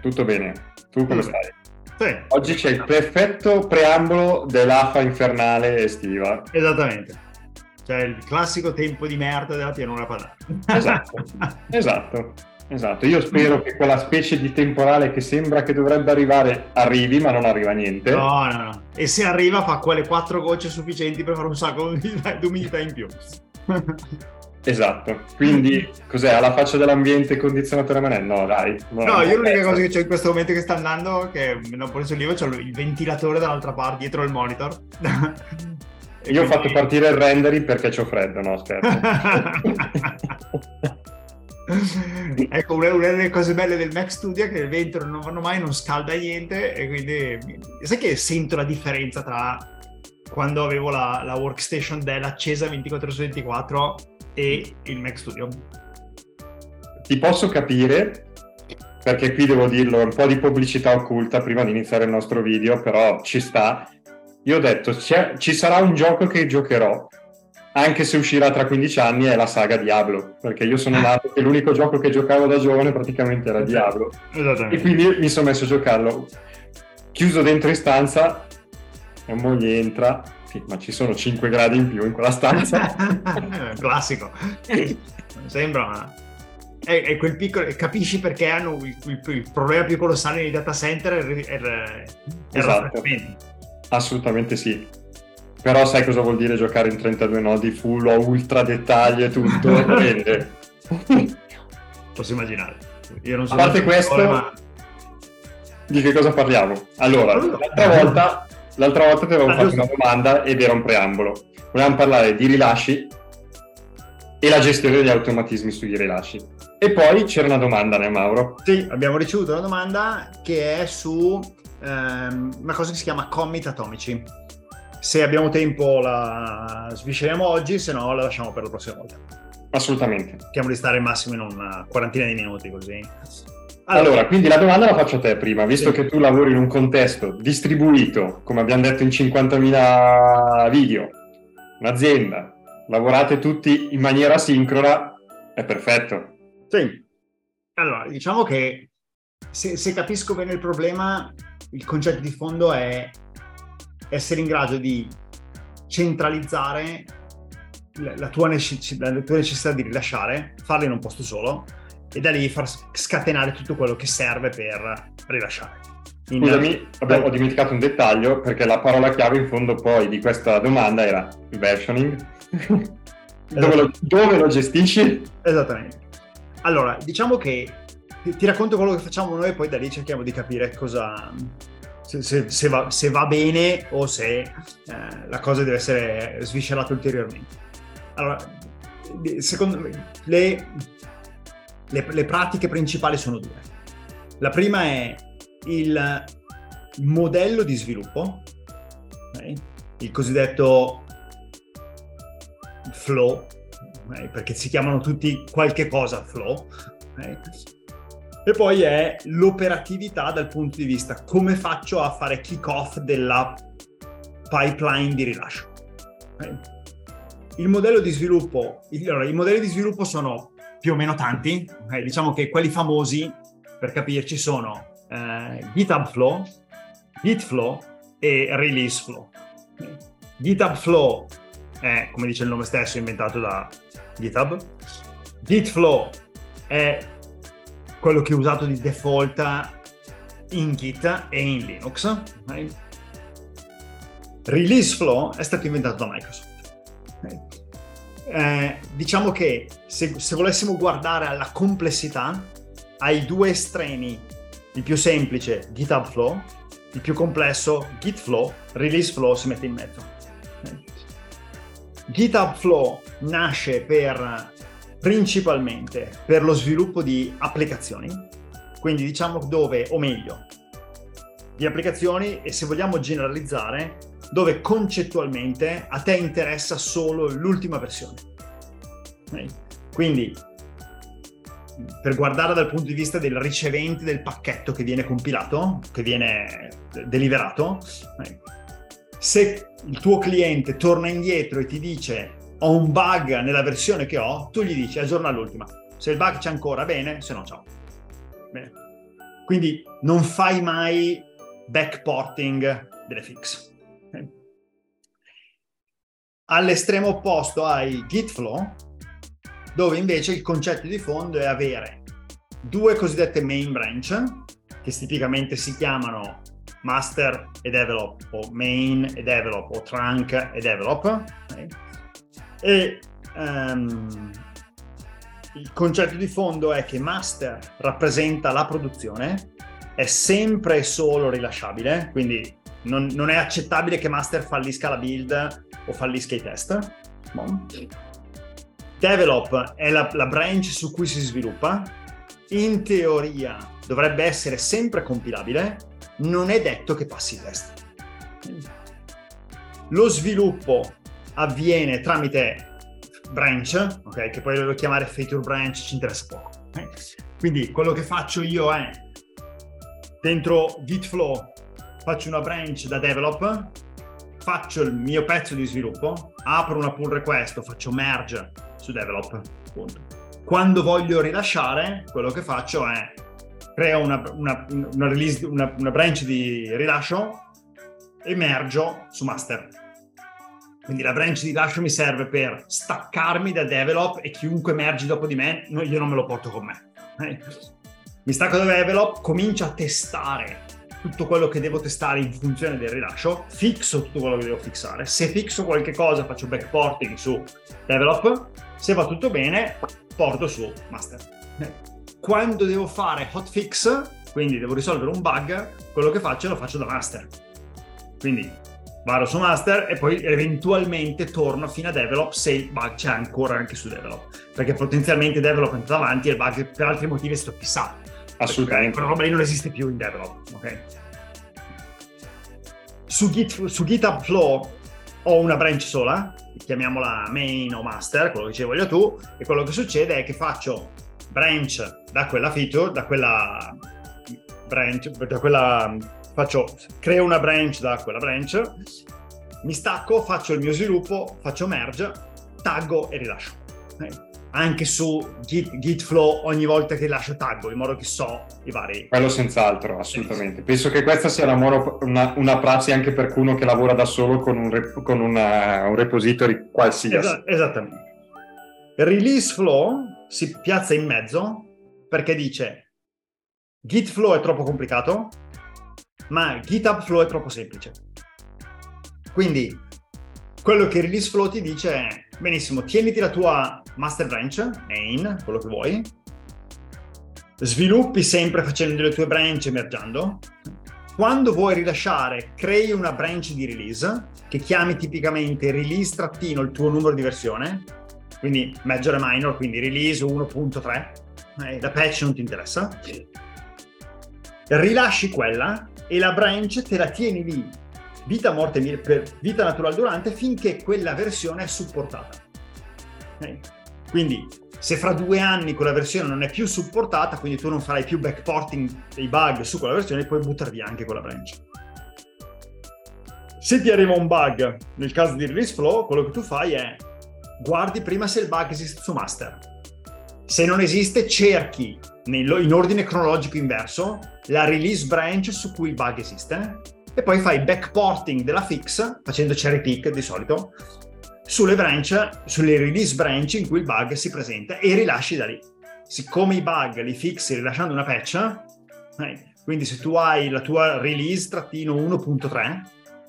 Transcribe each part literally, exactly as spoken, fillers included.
tutto bene. Tu come Tutto stai? Sì. Oggi c'è il perfetto preambolo dell'A F A infernale estiva. Esattamente. Cioè il classico tempo di merda della pianura padana. Esatto, esatto, esatto. Io spero che quella specie di temporale che sembra che dovrebbe arrivare arrivi, ma non arriva niente. No, no, no. E se arriva fa quelle quattro gocce sufficienti per fare un sacco di umidità in più. Esatto, quindi cos'è? Alla faccia dell'ambiente condizionato da manello? No, dai. No, io l'unica cosa che c'ho in questo momento che sta andando, che non posso lì, c'ho il ventilatore dall'altra parte, dietro il monitor. E io quindi... ho fatto partire il rendering perché c'ho freddo, no scherzo. Ecco, una, una delle cose belle del Mac Studio è che il vento non vanno mai, non scalda niente, e quindi sai che sento la differenza tra quando avevo la, la workstation Dell accesa ventiquattro su ventiquattro e il Mac Studio. Ti posso capire, perché qui devo dirlo, un po' di pubblicità occulta prima di iniziare il nostro video, però ci sta. Io ho detto, ci sarà un gioco che giocherò, anche se uscirà tra quindici anni, è la saga Diablo, perché io sono nato che l'unico gioco che giocavo da giovane praticamente era Diablo. E quindi mi sono messo a giocarlo. Chiuso dentro in stanza, e moglie entra, sì, ma ci sono cinque gradi in più in quella stanza. Classico. Sembra una... È, è quel piccolo, capisci perché hanno il, il, il problema più colossale nei data center è, è, è esatto. Assolutamente sì, però sai cosa vuol dire giocare in trentadue nodi full o ultra dettaglio e tutto? Rende. Posso immaginare. Io non so, a parte questo, ma... di che cosa parliamo? Allora, l'altra volta l'altra volta ti avevo ah, fatto giusto. una domanda ed era un preambolo. Volevamo parlare di rilasci e la gestione degli automatismi sugli rilasci. E poi c'era una domanda, né Mauro? Sì, abbiamo ricevuto una domanda che è su ehm, una cosa che si chiama commit atomici. Se abbiamo tempo la svisceriamo oggi, se no la lasciamo per la prossima volta. Assolutamente. Cerchiamo di stare al massimo in una quarantina di minuti così. Allora, allora quindi la domanda la faccio a te prima, visto sì. che tu lavori in un contesto distribuito, come abbiamo detto in cinquantamila video, un'azienda, lavorate tutti in maniera sincrona, è perfetto. Sì, allora diciamo che se, se capisco bene il problema, il concetto di fondo è essere in grado di centralizzare la, la, tua, necess- la tua necessità di rilasciare, farla in un posto solo e da lì far scatenare tutto quello che serve per rilasciare. In... Scusami, abbiamo, ho dimenticato un dettaglio, perché la parola chiave in fondo poi di questa domanda era versioning. dove, lo, dove lo gestisci? Esattamente. Allora, diciamo che ti racconto quello che facciamo noi e poi da lì cerchiamo di capire cosa se, se, se, va, se va bene o se eh, la cosa deve essere sviscerata ulteriormente. Allora, secondo me le, le, le pratiche principali sono due. La prima è il modello di sviluppo, okay? Il cosiddetto flow, okay? Perché si chiamano tutti qualche cosa flow, okay? E poi è l'operatività dal punto di vista come faccio a fare kick off della pipeline di rilascio. Okay? Il modello di sviluppo, il, allora, i modelli di sviluppo sono più o meno tanti, okay? Diciamo che quelli famosi, per capirci, sono eh, GitHub Flow, Git Flow e Release Flow. Okay? GitHub Flow è, come dice il nome stesso, inventato da GitHub. Git Flow è quello che è usato di default in Git e in Linux. Okay? Release Flow è stato inventato da Microsoft. Okay? Eh, diciamo che se, se volessimo guardare alla complessità, ai due estremi, il più semplice GitHub Flow, il più complesso Git Flow, Release Flow si mette in mezzo. Okay? GitHub Flow nasce per principalmente per lo sviluppo di applicazioni, quindi diciamo dove, o meglio, di applicazioni, e se vogliamo generalizzare, dove concettualmente a te interessa solo l'ultima versione. Okay? Quindi, per guardare dal punto di vista del ricevente del pacchetto che viene compilato, che viene deliberato, okay? Se il tuo cliente torna indietro e ti dice ho un bug nella versione che ho, tu gli dici aggiorna l'ultima. Se il bug c'è ancora, bene, se no ciao. Bene. Quindi non fai mai backporting delle fix. Okay? All'estremo opposto hai Git Flow, dove invece il concetto di fondo è avere due cosiddette main branch, che tipicamente si chiamano master e develop, o main e develop, o trunk e develop. Okay? E um, il concetto di fondo è che master rappresenta la produzione, è sempre e solo rilasciabile, quindi non, non è accettabile che master fallisca la build o fallisca i test. Bon. Develop è la, la branch su cui si sviluppa, in teoria dovrebbe essere sempre compilabile, non è detto che passi i test. Lo sviluppo avviene tramite branch, ok, che poi devo chiamare feature branch, ci interessa poco. Okay? Quindi quello che faccio io è dentro Git Flow faccio una branch da develop, faccio il mio pezzo di sviluppo, apro una pull request, faccio merge su develop, punto. Quando voglio rilasciare, quello che faccio è creo una, una, una, release, una, una branch di rilascio e mergio su master. Quindi la branch di rilascio mi serve per staccarmi da develop e chiunque mergi dopo di me, io non me lo porto con me. Mi stacco da develop, comincio a testare tutto quello che devo testare in funzione del rilascio, fixo tutto quello che devo fixare. Se fixo qualche cosa faccio backporting su develop, se va tutto bene porto su master. Quando devo fare hotfix, quindi devo risolvere un bug, quello che faccio lo faccio da master. Quindi vado su master e poi eventualmente torno fino a develop se il bug c'è ancora anche su develop, perché potenzialmente develop è andato avanti e il bug per altri motivi è stato fissato. Assolutamente. Quella roba lì non esiste più in develop, ok? Su, Git, su GitHub Flow ho una branch sola, chiamiamola main o master, quello che ci voglia tu, e quello che succede è che faccio branch da quella feature, da quella branch, da quella faccio, creo una branch da quella branch, mi stacco, faccio il mio sviluppo, faccio merge, taggo e rilascio. Okay? Anche su Git, Git Flow ogni volta che lascio taggo, in modo che so i vari... Quello senz'altro, assolutamente. Penso che questa sia una, mono, una, una prassi anche per uno che lavora da solo con un, rep, con una, un repository qualsiasi. Esa, esattamente. Release Flow si piazza in mezzo perché dice Git Flow è troppo complicato, ma GitHub Flow è troppo semplice. Quindi quello che Release Flow ti dice è benissimo, tieniti la tua master branch, main, quello che vuoi, sviluppi sempre facendo le tue branch e mergiando. Quando vuoi rilasciare, crei una branch di release che chiami tipicamente release trattino il tuo numero di versione, quindi major e minor, quindi release uno punto tre, eh, la patch non ti interessa. Rilasci quella e la branch te la tieni lì, vita morte per vita naturale durante, finché quella versione è supportata. Okay? Quindi se fra due anni quella versione non è più supportata, quindi tu non farai più backporting dei bug su quella versione, puoi buttare via anche quella branch. Se ti arriva un bug nel caso di release flow, quello che tu fai è guardi prima se il bug esiste su master. Se non esiste, cerchi in ordine cronologico inverso la release branch su cui il bug esiste e poi fai backporting della fix facendo cherry pick di solito sulle branch, sulle release branch in cui il bug si presenta e rilasci da lì. Siccome i bug li fixi rilasciando una patch, eh, quindi se tu hai la tua release trattino uno punto tre,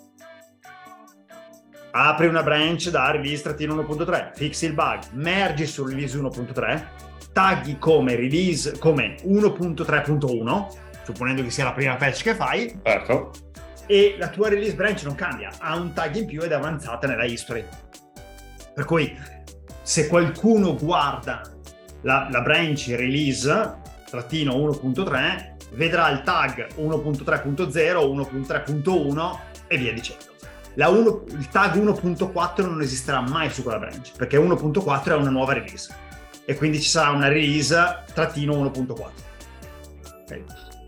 apri una branch da release trattino uno punto tre, fixi il bug, mergi su release uno punto tre, tagli come release come uno punto tre punto uno, supponendo che sia la prima patch che fai, certo, e la tua release branch non cambia, ha un tag in più ed è avanzata nella history. Per cui se qualcuno guarda la, la branch release trattino uno punto tre, vedrà il tag uno punto tre punto zero, uno punto tre punto uno e via dicendo. La uno, il tag uno punto quattro non esisterà mai su quella branch, perché uno punto quattro è una nuova release e quindi ci sarà una release trattino uno punto quattro. Okay.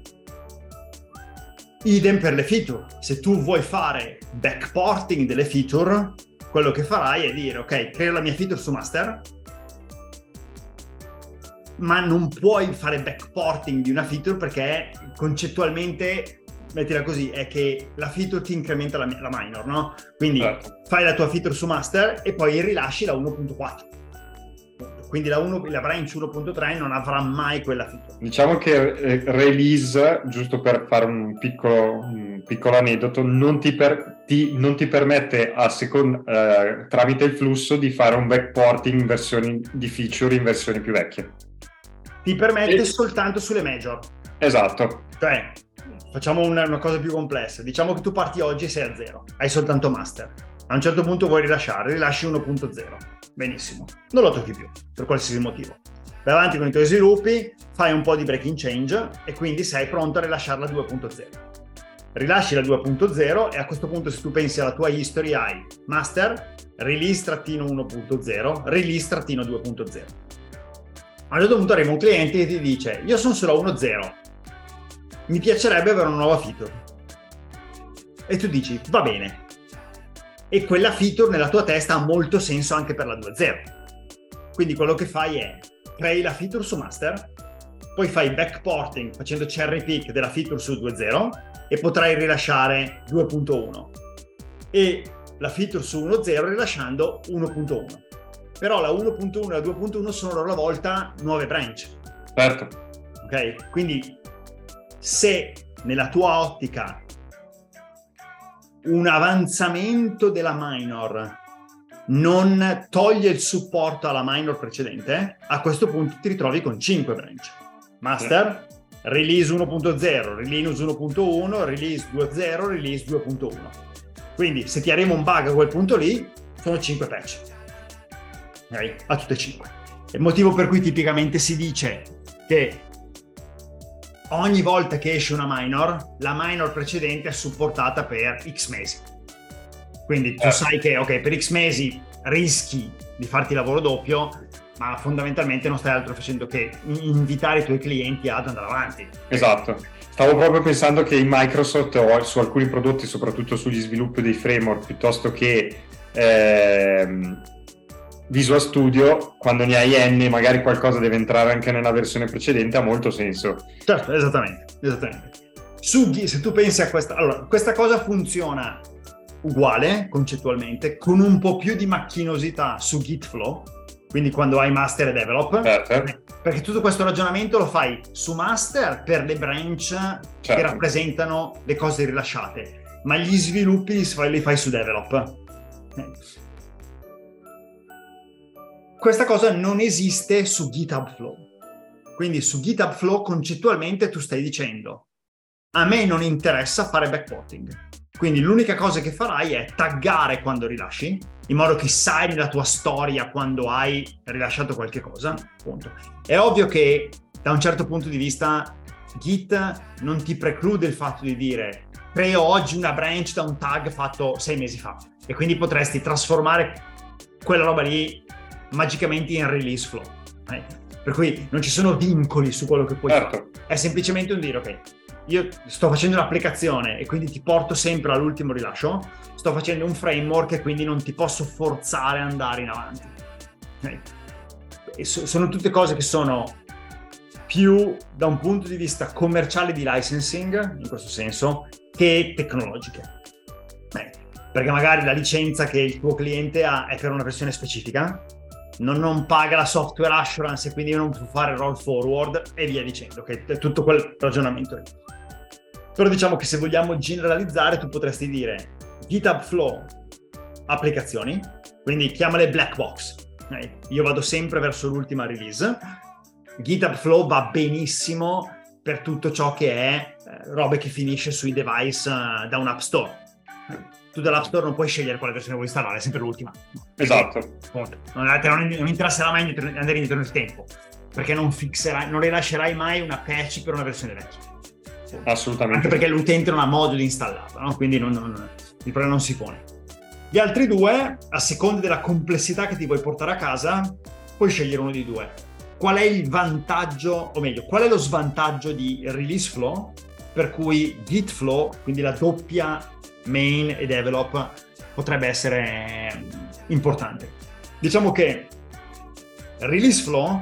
Idem per le feature. Se tu vuoi fare backporting delle feature, quello che farai è dire ok, creo la mia feature su master, ma non puoi fare backporting di una feature perché concettualmente, mettila così, è che la feature ti incrementa la, la minor, no? Quindi certo. Fai la tua feature su master e poi rilasci la uno punto quattro. Quindi la, uno, la branch uno punto tre non avrà mai quella feature. Diciamo che eh, release, giusto per fare un piccolo, un piccolo aneddoto, non ti, per, ti, non ti permette a second, eh, tramite il flusso di fare un backporting in versioni di feature in versioni più vecchie. Ti permette e... soltanto sulle major. Esatto. Cioè, facciamo una, una cosa più complessa. Diciamo che tu parti oggi e sei a zero, hai soltanto master. A un certo punto vuoi rilasciare, rilasci uno punto zero. Benissimo, non lo tocchi più, per qualsiasi motivo. Vai avanti con i tuoi sviluppi, fai un po' di breaking change e quindi sei pronto a rilasciare la due punto zero. Rilasci la due punto zero e a questo punto, se tu pensi alla tua history, hai master, release-uno punto zero, release-due punto zero. A un certo punto arriva un cliente che ti dice: io sono solo a uno punto zero, mi piacerebbe avere una nuova feature. E tu dici: va bene. E quella feature nella tua testa ha molto senso anche per la due punto zero. Quindi quello che fai è crei la feature su master, poi fai backporting facendo cherry pick della feature su due punto zero e potrai rilasciare due punto uno e la feature su uno punto zero rilasciando uno punto uno. Però la uno punto uno e la due punto uno sono a loro volta nuove branch. Certo. Ok? Quindi se nella tua ottica un avanzamento della minor non toglie il supporto alla minor precedente, a questo punto ti ritrovi con cinque branch: master, release uno punto zero, release uno punto uno, release due punto zero, release due punto uno. Quindi se ti arriva un bug a quel punto lì, sono cinque patch, okay? A tutte e cinque. Il motivo per cui tipicamente si dice che ogni volta che esce una minor, la minor precedente è supportata per X mesi. Quindi tu eh. sai che, ok, per X mesi rischi di farti lavoro doppio, ma fondamentalmente non stai altro facendo che invitare i tuoi clienti ad andare avanti. Esatto. Stavo proprio pensando che in Microsoft o su alcuni prodotti, soprattutto sugli sviluppi dei framework, piuttosto che ehm, Visual Studio, quando ne hai N, magari qualcosa deve entrare anche nella versione precedente, ha molto senso. Certo, esattamente, esattamente. Su, se tu pensi a questa, allora, questa cosa funziona uguale concettualmente, con un po' più di macchinosità su Git Flow, quindi quando hai master e develop, certo. Perché tutto questo ragionamento lo fai su master per le branch certo. che rappresentano le cose rilasciate, ma gli sviluppi li fai, li fai su develop. Questa cosa non esiste su GitHub Flow. Quindi su GitHub Flow concettualmente tu stai dicendo: a me non interessa fare backporting. Quindi l'unica cosa che farai è taggare quando rilasci, in modo che sai nella tua storia quando hai rilasciato qualche cosa. Punto. È ovvio che da un certo punto di vista Git non ti preclude il fatto di dire: creo oggi una branch da un tag fatto sei mesi fa, e quindi potresti trasformare quella roba lì magicamente in release flow. Eh? Per cui non ci sono vincoli su quello che puoi certo. fare. È semplicemente un dire: ok, io sto facendo un'applicazione e quindi ti porto sempre all'ultimo rilascio, sto facendo un framework e quindi non ti posso forzare ad andare in avanti. Okay. E so, sono tutte cose che sono più da un punto di vista commerciale di licensing, in questo senso, che tecnologiche. Eh, perché magari la licenza che il tuo cliente ha è per una versione specifica, non, non paga la software assurance e quindi non può fare roll forward e via dicendo, che è tutto quel ragionamento lì. Però diciamo che se vogliamo generalizzare, tu potresti dire GitHub Flow applicazioni, quindi chiamale black box. Okay? Io vado sempre verso l'ultima release. GitHub Flow va benissimo per tutto ciò che è eh, robe che finisce sui device uh, da un app store. Tu dall'app store non puoi scegliere quale versione vuoi installare, è sempre l'ultima. Esatto. Non, non, non interesserà mai andare indietro nel tempo, perché non fixerai, non rilascerai mai una patch per una versione vecchia. Assolutamente. Anche perché l'utente non ha modo di installarla, no? Quindi non, non, il problema non si pone. Gli altri due, a seconda della complessità che ti vuoi portare a casa, puoi scegliere uno di due. Qual è il vantaggio, o meglio, qual è lo svantaggio di Release Flow, per cui Git Flow, quindi la doppia main e develop, potrebbe essere importante? Diciamo che Release Flow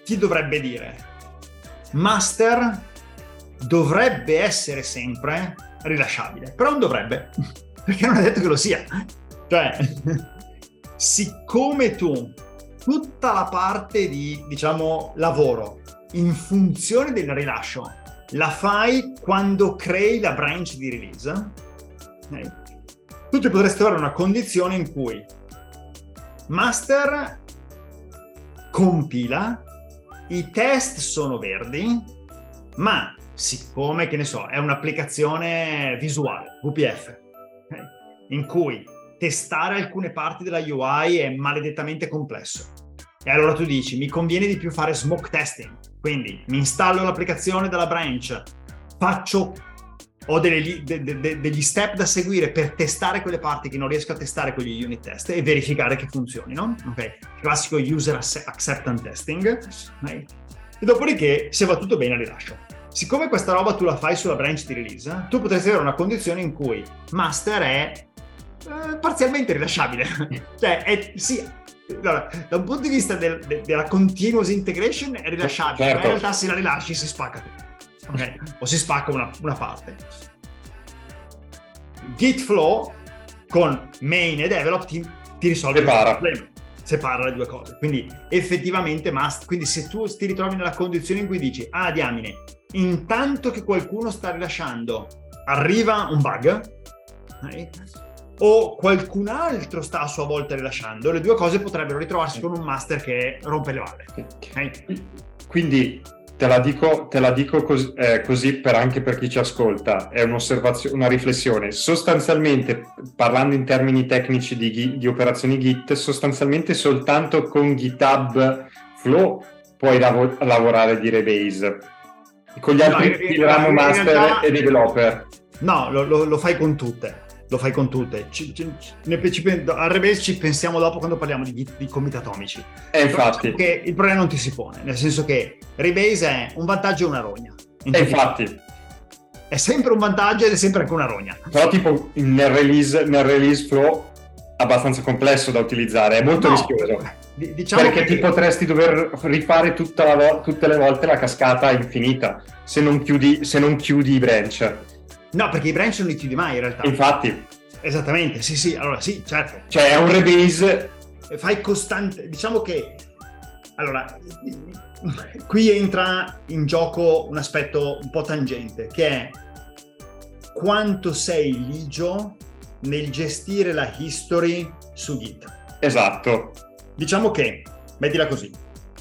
ti dovrebbe dire master dovrebbe essere sempre rilasciabile, però non dovrebbe, perché non è detto che lo sia. Cioè, siccome tu tutta la parte di, diciamo, lavoro in funzione del rilascio la fai quando crei la branch di release, okay, tu ti potresti trovare una condizione in cui master compila, i test sono verdi, ma siccome, che ne so, è un'applicazione visuale, V P F, okay, in cui testare alcune parti della U I è maledettamente complesso, e allora tu dici mi conviene di più fare smoke testing, quindi mi installo l'applicazione dalla branch, faccio ho delle, de, de, de, degli step da seguire per testare quelle parti che non riesco a testare con gli unit test e verificare che funzionino, ok? Classico user acceptance testing, okay? E dopodiché, se va tutto bene, rilascio. Siccome questa roba tu la fai sulla branch di release, tu potresti avere una condizione in cui master è eh, parzialmente rilasciabile. Cioè, è, sì, allora, da un punto di vista del, de, della continuous integration è rilasciabile, certo. Ma in realtà se la rilasci si spacca tutto. Okay. O si spacca una, una parte. Git flow con main e develop ti, ti risolve separa. il problema, separa le due cose, quindi effettivamente must. Quindi se tu ti ritrovi nella condizione in cui dici ah diamine, intanto che qualcuno sta rilasciando arriva un bug, okay, o qualcun altro sta a sua volta rilasciando, le due cose potrebbero ritrovarsi con un master che rompe le balle, okay? Quindi Te la dico, te la dico così, eh, così per anche per chi ci ascolta, è un'osservazione, una riflessione. Sostanzialmente, parlando in termini tecnici di, di operazioni Git, sostanzialmente soltanto con GitHub Flow puoi lav- lavorare di Rebase. Con gli altri no, programmi master realtà, e developer. No, lo, lo, lo fai con tutte. Lo fai con tutte. Ci, ci, ne, ci, a Rebase ci pensiamo dopo quando parliamo di, di commit atomici. E infatti. Che il problema non ti si pone, nel senso che Rebase è un vantaggio e una rogna. In e infatti. È sempre un vantaggio ed è sempre anche una rogna. Però tipo nel release, nel release flow abbastanza complesso da utilizzare, è molto no, rischioso. D- diciamo perché che... ti potresti dover rifare tutta la vo- tutte le volte la cascata infinita se non chiudi, se non chiudi i branch. No, perché i branch non li chiudi mai in realtà. Infatti. Esattamente, sì, sì, allora sì, certo. Cioè è un rebase. Fai costante, diciamo che... Allora, qui entra in gioco un aspetto un po' tangente, che è quanto sei ligio nel gestire la history su Git. Esatto. Diciamo che, mettila così.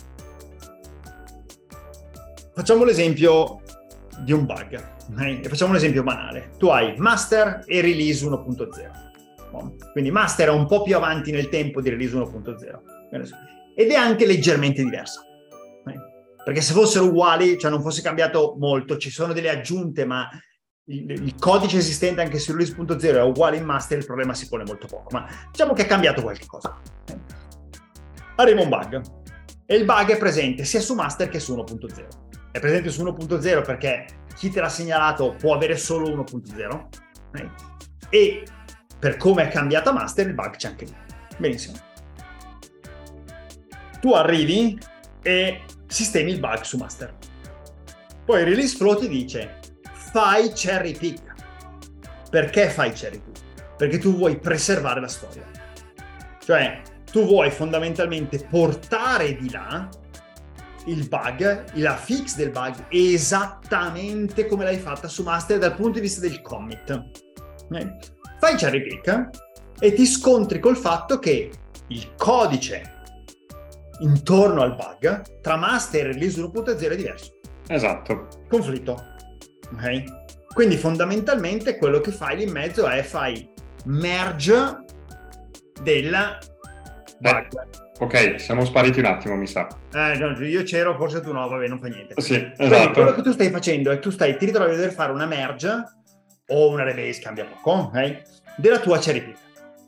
Facciamo l'esempio di un bug. Okay? E facciamo un esempio banale. Tu hai master e release uno punto zero. Quindi master è un po' più avanti nel tempo di release uno punto zero. Ed è anche leggermente diverso. Okay? Perché se fossero uguali, cioè non fosse cambiato molto, ci sono delle aggiunte, ma il, il codice esistente anche su release uno punto zero è uguale in master, il problema si pone molto poco. Ma diciamo che è cambiato qualche cosa. Okay? Arriva un bug. E il bug è presente sia su master che su uno punto zero. È presente su uno punto zero perché chi te l'ha segnalato può avere solo uno punto zero, okay? E per come è cambiata master il bug c'è anche lì. Benissimo. Tu arrivi e sistemi il bug su master. Poi il release flow ti dice fai cherry pick. Perché fai cherry pick? Perché tu vuoi preservare la storia. Cioè tu vuoi fondamentalmente portare di là il bug, la fix del bug esattamente come l'hai fatta su master dal punto di vista del commit. Okay? Fai il cherry pick e ti scontri col fatto che il codice intorno al bug tra master e release uno punto zero è diverso. Esatto. Conflitto. Ok? Quindi fondamentalmente quello che fai lì in mezzo è fai merge del bug. Beh. Ok, siamo spariti un attimo, mi sa. Eh, no, io c'ero, forse tu no, vabbè, non fa niente. Sì, esatto. Quindi quello che tu stai facendo è tu stai, ti ritrovi a dover fare una merge o una rebase, cambia poco, ok? Della tua cherry pick.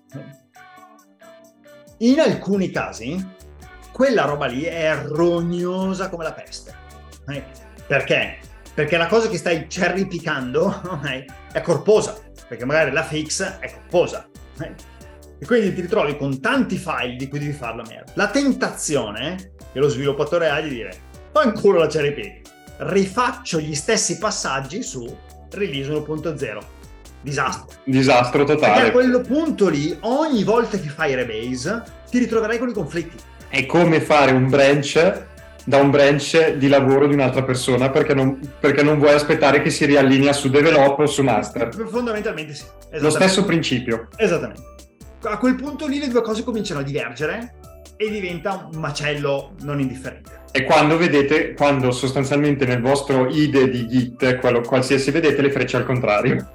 In alcuni casi, quella roba lì è rognosa come la peste. Okay? Perché? Perché la cosa che stai cherry pickando, okay, è corposa, perché magari la fix è corposa. Okay? E quindi ti ritrovi con tanti file di cui devi fare la merda. La tentazione che lo sviluppatore ha di dire fanculo la cherry pick, rifaccio gli stessi passaggi su release uno punto zero. Disastro. Disastro totale. Perché a quel punto lì, ogni volta che fai rebase, ti ritroverai con i conflitti. È come fare un branch da un branch di lavoro di un'altra persona perché non, perché non vuoi aspettare che si riallinea su develop o su master. Fondamentalmente sì. Lo stesso principio. Esattamente. A quel punto lì le due cose cominciano a divergere e diventa un macello non indifferente. E quando vedete, quando sostanzialmente nel vostro I D E di Git, quello qualsiasi, vedete le frecce al contrario.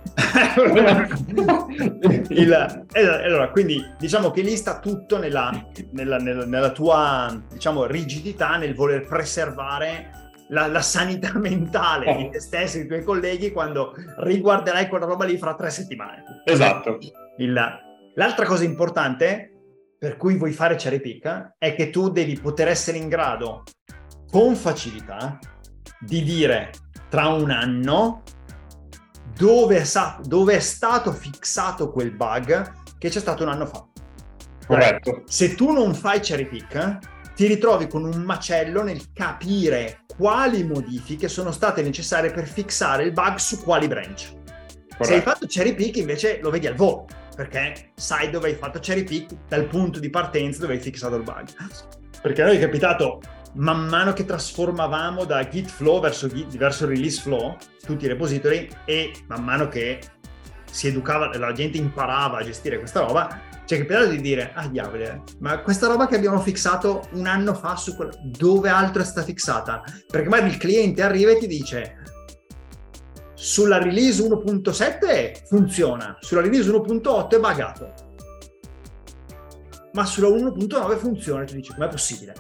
Il, allora, quindi diciamo che lì sta tutto nella, nella, nella, nella tua, diciamo, rigidità nel voler preservare la, la sanità mentale oh. di te stesso e dei tuoi colleghi quando riguarderai quella roba lì fra tre settimane. Esatto. Il, l'altra cosa importante per cui vuoi fare cherry pick è che tu devi poter essere in grado con facilità di dire tra un anno dove è, sa- dove è stato fissato quel bug che c'è stato un anno fa. Corretto. Cioè, se tu non fai cherry pick, ti ritrovi con un macello nel capire quali modifiche sono state necessarie per fissare il bug su quali branch. Corretto. Se hai fatto cherry pick invece lo vedi al volo, perché sai dove hai fatto cherry pick dal punto di partenza dove hai fissato il bug. Perché a noi è capitato man mano che trasformavamo da Git flow verso, Git, verso release flow tutti i repository e man mano che si educava, la gente imparava a gestire questa roba, ci è capitato di dire ah diavolo, ma questa roba che abbiamo fissato un anno fa su quella, dove altro è stata fissata? Perché magari il cliente arriva e ti dice sulla release uno punto sette funziona, sulla release uno punto otto è buggato, ma sulla uno punto nove funziona, e tu dici com'è possibile?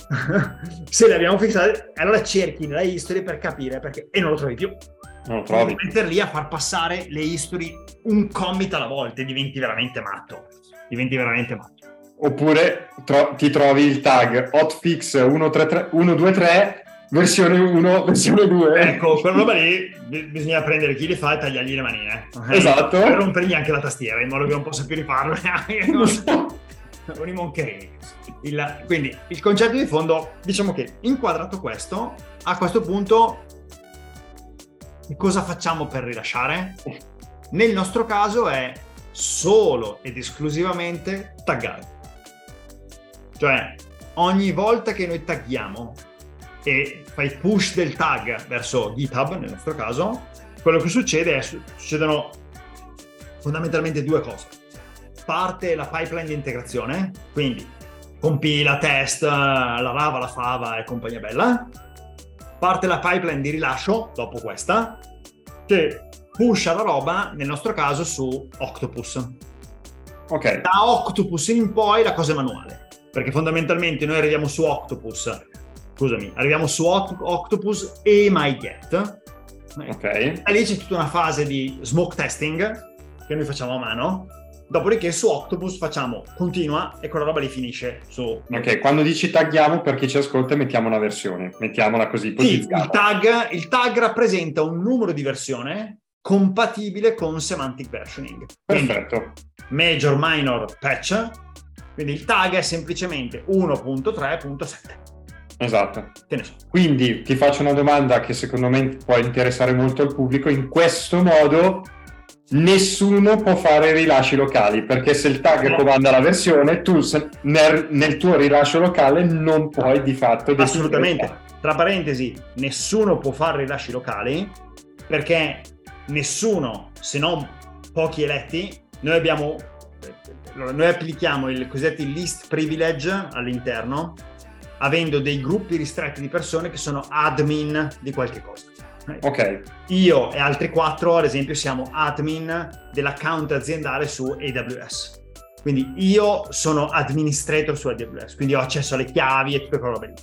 Se le abbiamo fissate, allora cerchi nella history per capire perché e non lo trovi più. Non lo trovi. Devi mettere lì a far passare le history un commit alla volta e diventi veramente matto. Diventi veramente matto. Oppure tro- ti trovi il tag hotfix uno due tre versione uno, versione due. Ecco, quella roba lì b- bisogna prendere chi li fa e tagliargli le manine. Esatto. Per rompergli anche la tastiera, in modo che non possa più rifarlo. Con i moncherini. Il, quindi il concetto di fondo, diciamo che inquadrato questo, a questo punto cosa facciamo per rilasciare? Nel nostro caso è solo ed esclusivamente taggare. Cioè ogni volta che noi tagghiamo e fai push del tag verso GitHub, nel nostro caso, quello che succede è succedono fondamentalmente due cose. Parte la pipeline di integrazione, quindi compila, test, la rava, la fava e compagnia bella. Parte la pipeline di rilascio, dopo questa, che pusha la roba, nel nostro caso, su Octopus. Ok. Da Octopus in poi la cosa è manuale, perché fondamentalmente noi arriviamo su Octopus, scusami, arriviamo su Octopus e MyGet. Ok. E lì c'è tutta una fase di smoke testing che noi facciamo a mano. Dopodiché su Octopus facciamo continua e quella roba lì finisce su... Ok, quando dici tagghiamo, per chi ci ascolta, mettiamo una versione, mettiamola così, sì, il tag, il tag rappresenta un numero di versione compatibile con semantic versioning. Perfetto. Quindi, major, minor, patch, quindi il tag è semplicemente uno punto tre punto sette. Esatto. Che ne so. Quindi ti faccio una domanda che secondo me può interessare molto al pubblico. In questo modo nessuno può fare rilasci locali, perché se il tag no. comanda la versione, tu nel, nel tuo rilascio locale non puoi di fatto... Assolutamente. Tra parentesi, nessuno può fare rilasci locali perché nessuno, se non pochi eletti, noi abbiamo noi applichiamo il cosiddetto list privilege all'interno, avendo dei gruppi ristretti di persone che sono admin di qualche cosa. Ok. Io e altri quattro, ad esempio, siamo admin dell'account aziendale su A W S. Quindi io sono administrator su A W S, quindi ho accesso alle chiavi e tutte quelle robe lì.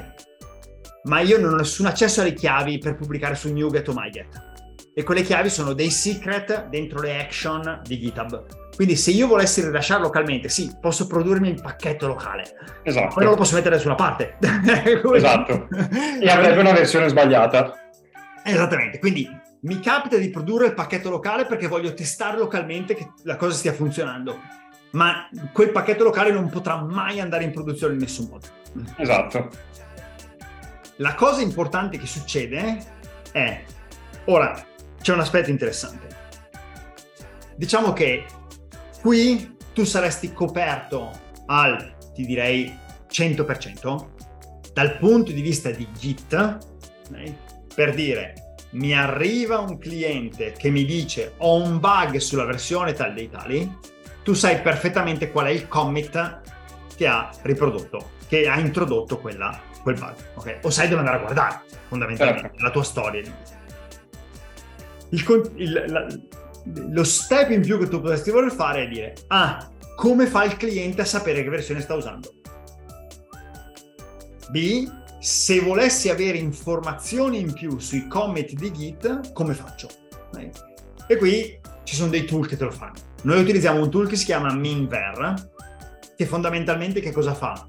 Ma io non ho nessun accesso alle chiavi per pubblicare su NuGet o MyGet. E quelle chiavi sono dei secret dentro le action di GitHub. Quindi se io volessi rilasciare localmente, sì, posso produrmi il pacchetto locale. Esatto. Poi non lo posso mettere da nessuna parte. Esatto. E avrebbe una versione sbagliata. Esattamente, quindi mi capita di produrre il pacchetto locale perché voglio testare localmente che la cosa stia funzionando, ma quel pacchetto locale non potrà mai andare in produzione in nessun modo. Esatto. la cosa importante che succede è, ora c'è un aspetto interessante. Diciamo che qui tu saresti coperto al, ti direi, cento per cento dal punto di vista di Git, okay? Per dire, mi arriva un cliente che mi dice ho un bug sulla versione tal dei tali, tu sai perfettamente qual è il commit che ha riprodotto, che ha introdotto quella, quel bug, ok? O sai dove andare a guardare, fondamentalmente, certo. La tua storia. Il, il, la, lo step in più che tu potresti voler fare è dire, ah, come fa il cliente a sapere che versione sta usando? B, se volessi avere informazioni in più sui commit di Git, come faccio? E qui ci sono dei tool che te lo fanno. Noi utilizziamo un tool che si chiama Minver, che fondamentalmente che cosa fa?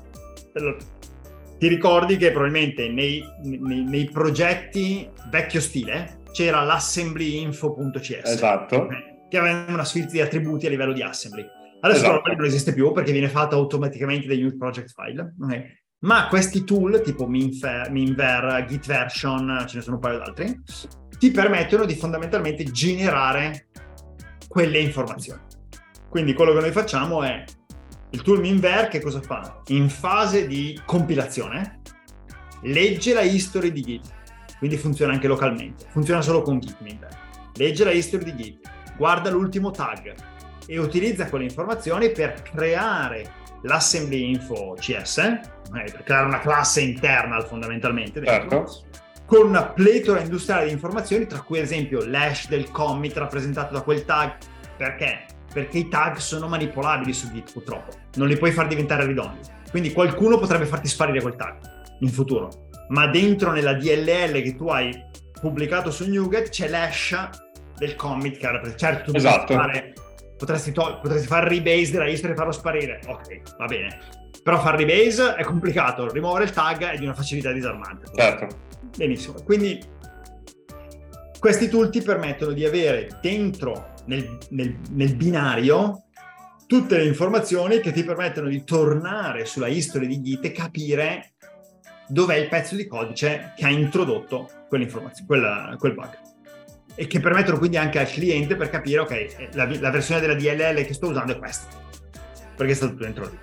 Ti ricordi che probabilmente nei, nei, nei progetti vecchio stile c'era l'assemblyinfo.cs, esatto, che aveva una suite di attributi a livello di assembly. Adesso esatto. non esiste più perché viene fatta automaticamente dai new project file. Okay. Ma questi tool tipo Minver, Minver, Git Version, ce ne sono un paio d'altri, ti permettono di fondamentalmente generare quelle informazioni. Quindi quello che noi facciamo è il tool Minver che cosa fa? In fase di compilazione legge la history di Git, quindi funziona anche localmente, funziona solo con Git Minver. Legge la history di Git, guarda l'ultimo tag e utilizza quelle informazioni per creare l'assembly info C S, eh, per creare una classe internal fondamentalmente dentro, certo. Con una pletora industriale di informazioni, tra cui ad esempio l'hash del commit rappresentato da quel tag. Perché? Perché i tag sono manipolabili su Git, purtroppo non li puoi far diventare read-only, quindi qualcuno potrebbe farti sparire quel tag in futuro, ma dentro nella D L L che tu hai pubblicato su NuGet c'è l'hash del commit che era, certo tu esatto. potresti fare Potresti, to- potresti fare rebase della history e farlo sparire, ok, va bene, però fare rebase è complicato, rimuovere il tag è di una facilità disarmante. Certo. Benissimo, quindi questi tool ti permettono di avere dentro nel, nel, nel binario tutte le informazioni che ti permettono di tornare sulla history di Git e capire dov'è il pezzo di codice che ha introdotto quell'informazione, quella, quel bug. E che permettono quindi anche al cliente per capire, ok, la, la versione della D L L che sto usando è questa, perché sta tutto dentro lì.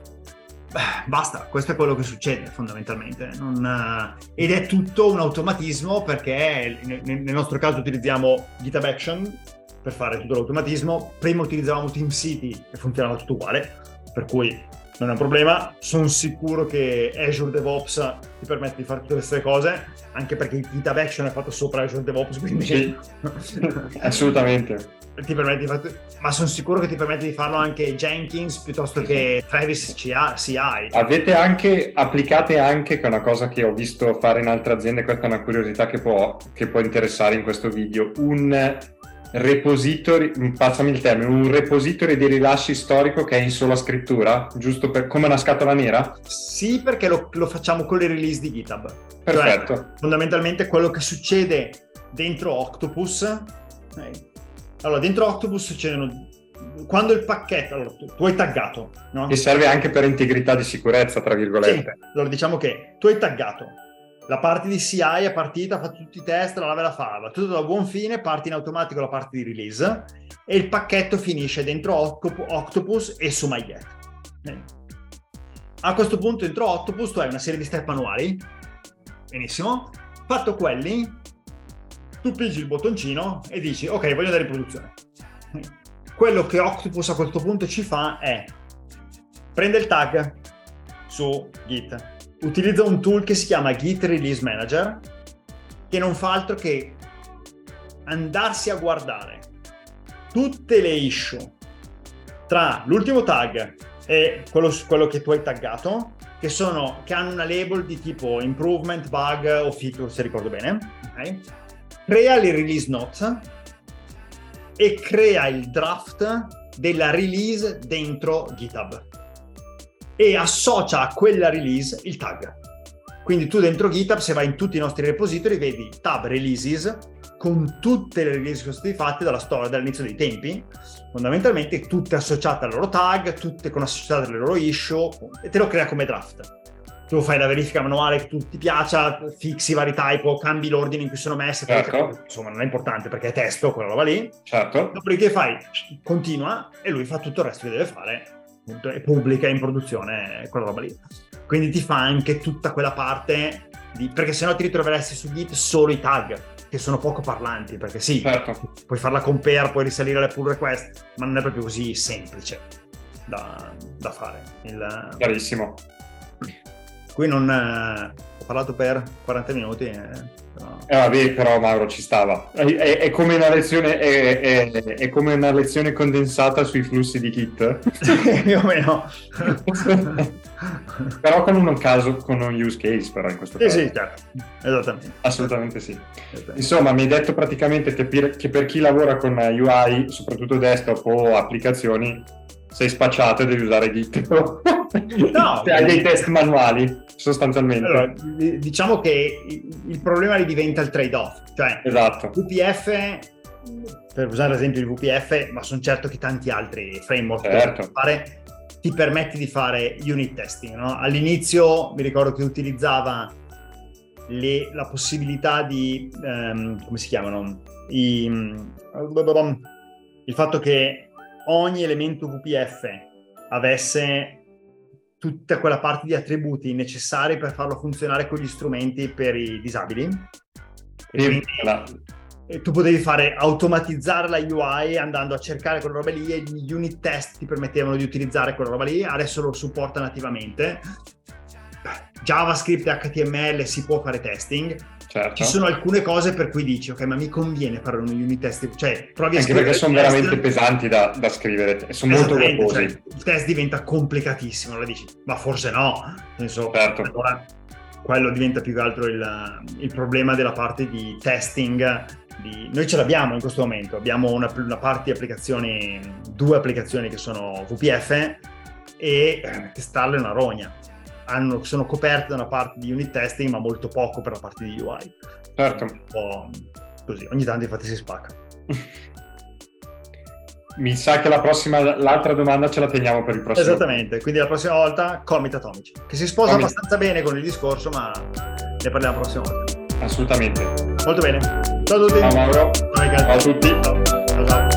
Basta, questo è quello che succede fondamentalmente. Non, uh, ed è tutto un automatismo perché nel, nel nostro caso utilizziamo GitHub Action per fare tutto l'automatismo. Prima utilizzavamo TeamCity e funzionava tutto uguale, per cui non è un problema. Sono sicuro che Azure DevOps ti permette di fare tutte queste cose, anche perché GitHub Action è fatto sopra Azure DevOps, quindi sì, assolutamente. Ti permette di fare... ma sono sicuro che ti permette di farlo anche Jenkins piuttosto che Travis C I. Avete anche, applicate anche, che è una cosa che ho visto fare in altre aziende, questa è una curiosità che può, che può interessare in questo video, un repository, passami il termine, un repository di rilasci storico che è in sola scrittura, giusto per, come una scatola nera? Sì, perché lo, lo facciamo con le release di GitHub. Perfetto. Cioè, fondamentalmente quello che succede dentro Octopus, eh, allora dentro Octopus c'erano, quando il pacchetto, allora tu, tu hai taggato, no? Che serve anche per integrità di sicurezza, tra virgolette. Sì. Allora diciamo che tu hai taggato, la parte di C I è partita, ha fatto tutti i test, la lava e la fava, tutto da buon fine, parte in automatico la parte di release e il pacchetto finisce dentro Octopus e su MyGet. A questo punto dentro Octopus tu hai una serie di step manuali, benissimo, fatto quelli, tu pigi il bottoncino e dici ok, voglio andare in produzione. Quello che Octopus a questo punto ci fa è prende il tag su Git, utilizza un tool che si chiama Git Release Manager, che non fa altro che andarsi a guardare tutte le issue tra l'ultimo tag e quello, quello che tu hai taggato, che sono che hanno una label di tipo improvement, bug o feature, se ricordo bene, ok? Crea le release notes e crea il draft della release dentro GitHub e associa a quella release il tag. Quindi tu dentro GitHub, se vai in tutti i nostri repository, vedi tab releases con tutte le release che sono state fatte dalla storia, dall'inizio dei tempi, fondamentalmente tutte associate al loro tag, tutte con associate alle loro issue, e te lo crea come draft. tu fai la verifica manuale che tu ti piaccia, fissi vari typo, cambi l'ordine in cui sono messe, certo. Insomma non è importante perché è testo, quella roba lì. Certo. Dopodiché fai, continua, e lui fa tutto il resto che deve fare, appunto, e pubblica in produzione quella roba lì. Quindi ti fa anche tutta quella parte di, perché sennò ti ritroveresti su Git solo i tag, che sono poco parlanti, perché sì, certo. puoi fare la compare, puoi risalire le pull request, ma non è proprio così semplice da, da fare. Il... Chiarissimo. Qui non eh, ho parlato per quaranta minuti. Eh, però... Eh, vabbè, però Mauro ci stava. È, è, è come una lezione, è, è, è come una lezione condensata sui flussi di Git. Più o meno. Però con un caso, con un use case, però in questo sì, caso. Sì, certo. Esattamente. Assolutamente sì. Esattamente. Insomma, mi hai detto praticamente che per, che per chi lavora con U I, soprattutto desktop o applicazioni, sei spacciato e devi usare Git. No, hai dei test manuali, sostanzialmente. Allora, diciamo che il problema lì diventa il trade-off, cioè esatto. V P F, per usare l'esempio di V P F, ma sono certo che tanti altri framework certo. per fare, ti permetti di fare unit testing, no? All'inizio mi ricordo che utilizzava le, la possibilità di um, come si chiamano I, il fatto che ogni elemento V P F avesse tutta quella parte di attributi necessari per farlo funzionare con gli strumenti per i disabili. E quindi la... e tu potevi fare automatizzare la U I andando a cercare quella roba lì, e gli unit test ti permettevano di utilizzare quella roba lì. Adesso lo supporta nativamente. JavaScript e H T M L si può fare testing. Certo. Ci sono alcune cose per cui dici ok, ma mi conviene fare un unit test, cioè provi a anche scrivere, perché sono test, veramente pesanti da, da scrivere, sono molto corposi. Cioè, il test diventa complicatissimo, allora dici ma forse no, nel senso, certo. Allora quello diventa più che altro il, il problema della parte di testing. Di... Noi ce l'abbiamo in questo momento, abbiamo una, una parte di applicazioni, due applicazioni che sono V P F, e eh, testarle è una rogna. Hanno, sono coperte da una parte di unit testing, ma molto poco per la parte di U I. Certo. Un po' così, ogni tanto infatti si spacca. Mi sa che la prossima, l'altra domanda ce la teniamo per il prossimo. Esattamente, quindi la prossima volta commit atomici, che si sposa commit. abbastanza bene con il discorso, ma ne parliamo la prossima volta. Assolutamente. Molto bene. Ciao a tutti. Ciao Mauro. Ciao, ciao a tutti. Ciao. Ciao, ciao.